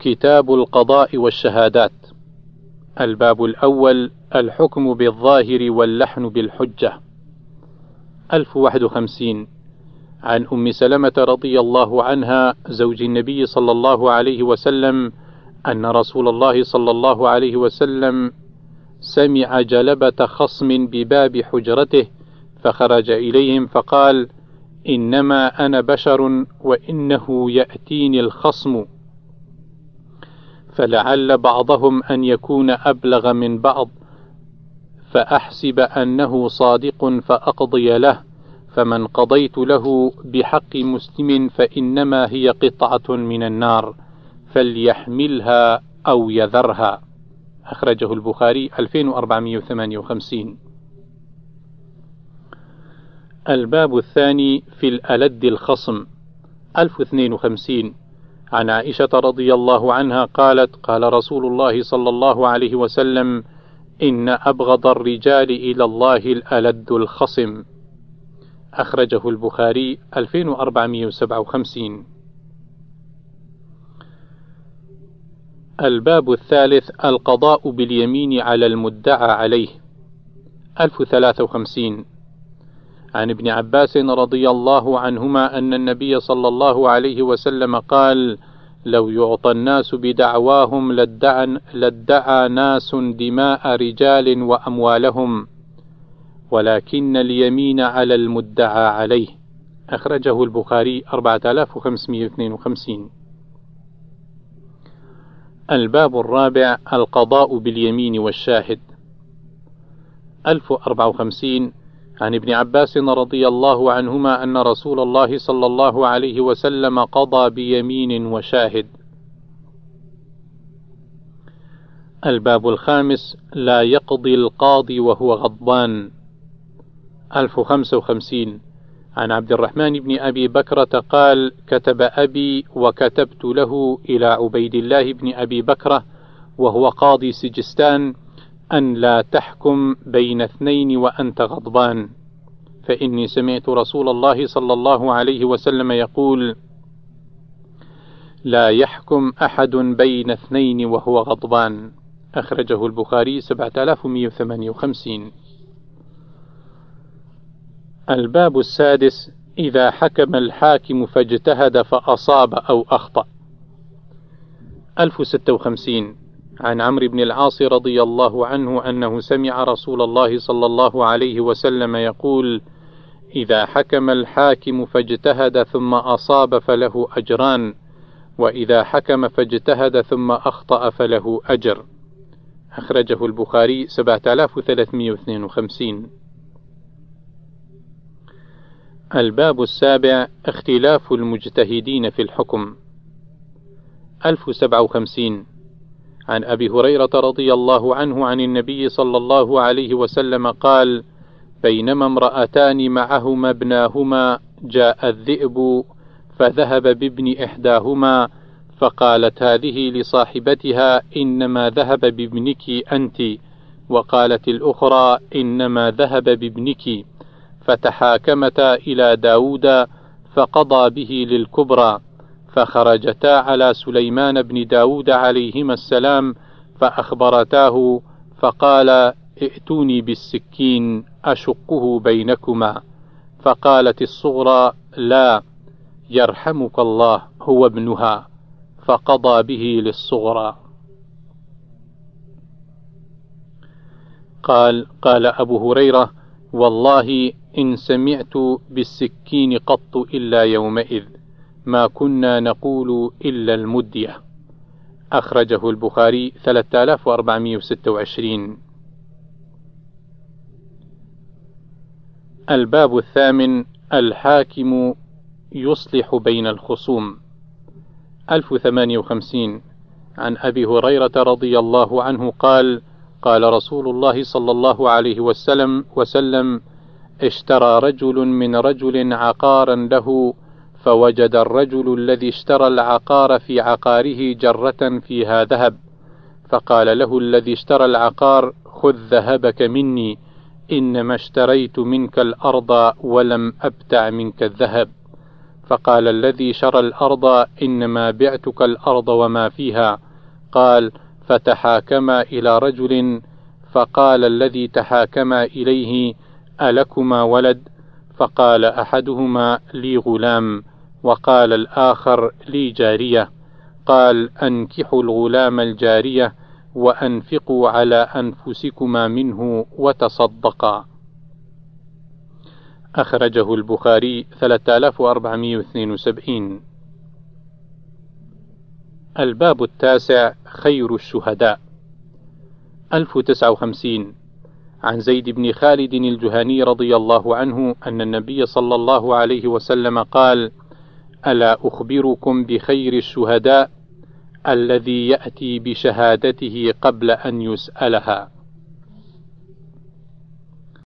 كتاب القضاء والشهادات. الباب الأول: الحكم بالظاهر واللحن بالحجة. 1051 عن أم سلمة رضي الله عنها زوج النبي صلى الله عليه وسلم أن رسول الله صلى الله عليه وسلم سمع جلبة خصم بباب حجرته فخرج إليهم فقال: إنما أنا بشر وإنه يأتيني الخصم، فلعل بعضهم أن يكون أبلغ من بعض، فأحسب أنه صادق فأقضي له، فمن قضيت له بحق مسلم فإنما هي قطعة من النار فليحملها أو يذرها. أخرجه البخاري 2458. الباب الثاني: في الألد الخصم. 1052 عن عائشة رضي الله عنها قالت: قال رسول الله صلى الله عليه وسلم: إن أبغض الرجال إلى الله الألد الخصم. أخرجه البخاري 2457. الباب الثالث: القضاء باليمين على المدعى عليه. 1053 عن ابن عباس رضي الله عنهما أن النبي صلى الله عليه وسلم قال: لو يعطى الناس بدعواهم لادعى ناس دماء رجال وأموالهم، ولكن اليمين على المدعى عليه. أخرجه البخاري 4552. الباب الرابع: القضاء باليمين والشاهد. 1054 عن ابن عباس رضي الله عنهما أن رسول الله صلى الله عليه وسلم قضى بيمين وشاهد. الباب الخامس: لا يقضي القاضي وهو غضبان. 1055 عن عبد الرحمن بن أبي بكرة قال: كتب أبي وكتبت له إلى عبيد الله بن أبي بكرة وهو قاضي سجستان أن لا تحكم بين اثنين وأنت غضبان، فإني سمعت رسول الله صلى الله عليه وسلم يقول: لا يحكم أحد بين اثنين وهو غضبان. أخرجه البخاري 7158. الباب السادس: إذا حكم الحاكم فاجتهد فأصاب أو أخطأ. 1056 عن عمرو بن العاص رضي الله عنه أنه سمع رسول الله صلى الله عليه وسلم يقول: إذا حكم الحاكم فاجتهد ثم أصاب فله أجران، وإذا حكم فاجتهد ثم أخطأ فله أجر. أخرجه البخاري 7352. الباب السابع: اختلاف المجتهدين في الحكم. 1057 عن أبي هريرة رضي الله عنه عن النبي صلى الله عليه وسلم قال: بينما امرأتان معهما ابناهما جاء الذئب فذهب بابن إحداهما، فقالت هذه لصاحبتها: إنما ذهب بابنك أنت، وقالت الأخرى: إنما ذهب بابنك، فتحاكمتا إلى داود فقضى به للكبرى، فخرجتا على سليمان بن داود عليهما السلام فأخبرتاه، فقال: ائتوني بالسكين أشقه بينكما، فقالت الصغرى: لا، يرحمك الله، هو ابنها، فقضى به للصغرى. قال أبو هريرة: والله إن سمعت بالسكين قط إلا يومئذ، ما كنا نقول إلا المدية. أخرجه البخاري 3426. الباب الثامن: الحاكم يصلح بين الخصوم. 1058 عن أبي هريرة رضي الله عنه قال: قال رسول الله صلى الله عليه وسلم: اشترى رجل من رجل عقارا له، فوجد الرجل الذي اشترى العقار في عقاره جرة فيها ذهب، فقال له الذي اشترى العقار: خذ ذهبك مني، إنما اشتريت منك الأرض ولم أبتع منك الذهب. فقال الذي شرى الأرض: إنما بعتك الأرض وما فيها. قال: فتحاكما إلى رجل، فقال الذي تحاكما إليه: ألكما ولد؟ فقال أحدهما: لي غلام، وقال الآخر: لي جارية. قال: أنكحوا الغلام الجارية وأنفقوا على أنفسكما منه وتصدقا. أخرجه البخاري 3472. الباب 9: خير الشهداء. 1059. عن زيد بن خالد الجهني رضي الله عنه أن النبي صلى الله عليه وسلم قال: ألا أخبركم بخير الشهداء؟ الذي يأتي بشهادته قبل أن يسألها.